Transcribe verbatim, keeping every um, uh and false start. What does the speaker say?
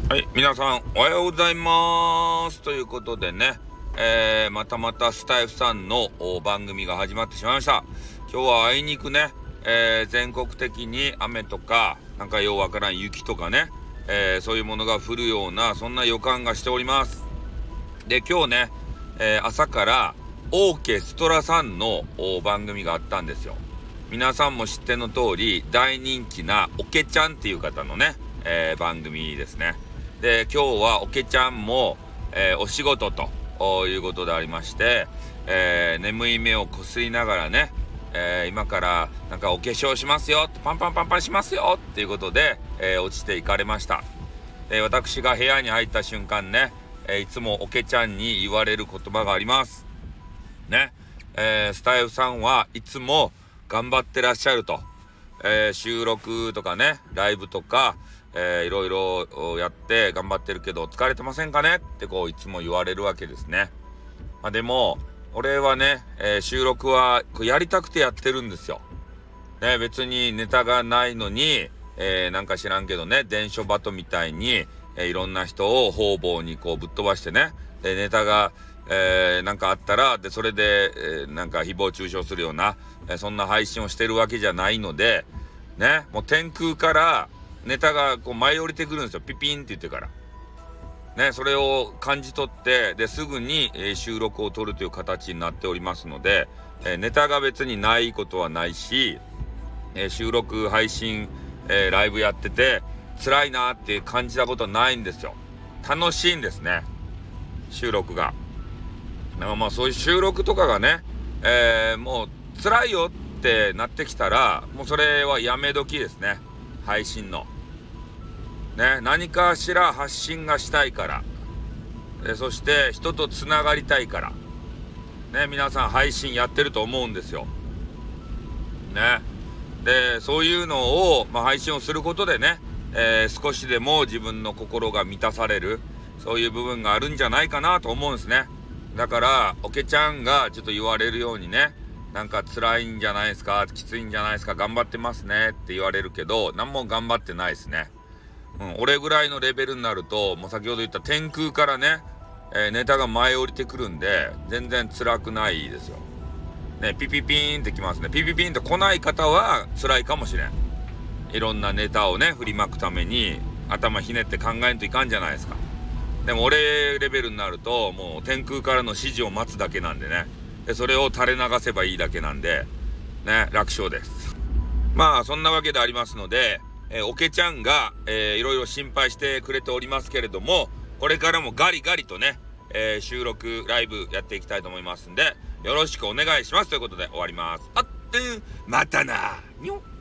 はい、皆さんおはようございますということでね、えー、またまたスタイフさんの番組が始まってしまいました。今日はあいにくね、えー、全国的に雨とかなんかようわからん雪とかね、えー、そういうものが降るようなそんな予感がしております。で今日ね、えー、朝からオーケストラさんの番組があったんですよ。皆さんも知っての通り大人気なオケちゃんっていう方のね、えー、番組ですね。で今日はオケちゃんも、えー、お仕事ということでありまして、えー、眠い目をこすりながらね、えー、今からなんかお化粧しますよ、パンパンパンパンしますよっていうことで、えー、落ちていかれました。で私が部屋に入った瞬間ね、えー、いつもオケちゃんに言われる言葉がありますね。えー、スタイフさんはいつも頑張ってらっしゃると、えー、収録とかねライブとか、えー、いろいろやって頑張ってるけど疲れてませんかねってこういつも言われるわけですね。まあ、でも俺はね、えー、収録はこうやりたくてやってるんですよ、ね、別にネタがないのに、えー、なんか知らんけどね伝書バトみたいに、えー、いろんな人を方々にこうぶっ飛ばしてね、でネタが、えー、なんかあったらでそれで、えー、なんか誹謗中傷するような、えー、そんな配信をしてるわけじゃないのでね、もう天空からネタがこう舞い降りてくるんですよ。ピピンって言ってからね、それを感じ取ってですぐに、えー、収録を取るという形になっておりますので、えー、ネタが別にないことはないし、えー、収録配信、えー、ライブやってて辛いなって感じたことはないんですよ。楽しいんですね、収録が。だからまあそういう収録とかがね、えー、もう辛いよってなってきたらもうそれはやめ時ですね。配信のね、何かしら発信がしたいから、えそして人とつながりたいからね、皆さん配信やってると思うんですよね。でそういうのを、まあ、配信をすることでね、えー、少しでも自分の心が満たされる、そういう部分があるんじゃないかなと思うんですね。だからオケちゃんがちょっと言われるようにね、なんか辛いんじゃないですか、きついんじゃないですか、頑張ってますねって言われるけど何も頑張ってないですね。うん、俺ぐらいのレベルになるともう先ほど言った天空からね、えー、ネタが舞い降りてくるんで全然辛くないですよね。ピピピーンってきますね。ピピピーンと来ない方は辛いかもしれん。いろんなネタをね振りまくために頭ひねって考えんといかんじゃないですか。でも俺レベルになるともう天空からの指示を待つだけなんでね、でそれを垂れ流せばいいだけなんでね、楽勝です。まあそんなわけでありますので、えー、オケちゃんが、えー、いろいろ心配してくれておりますけれども、これからもガリガリとね、えー、収録ライブやっていきたいと思いますんでよろしくお願いしますということで終わります。あってまたなにょ。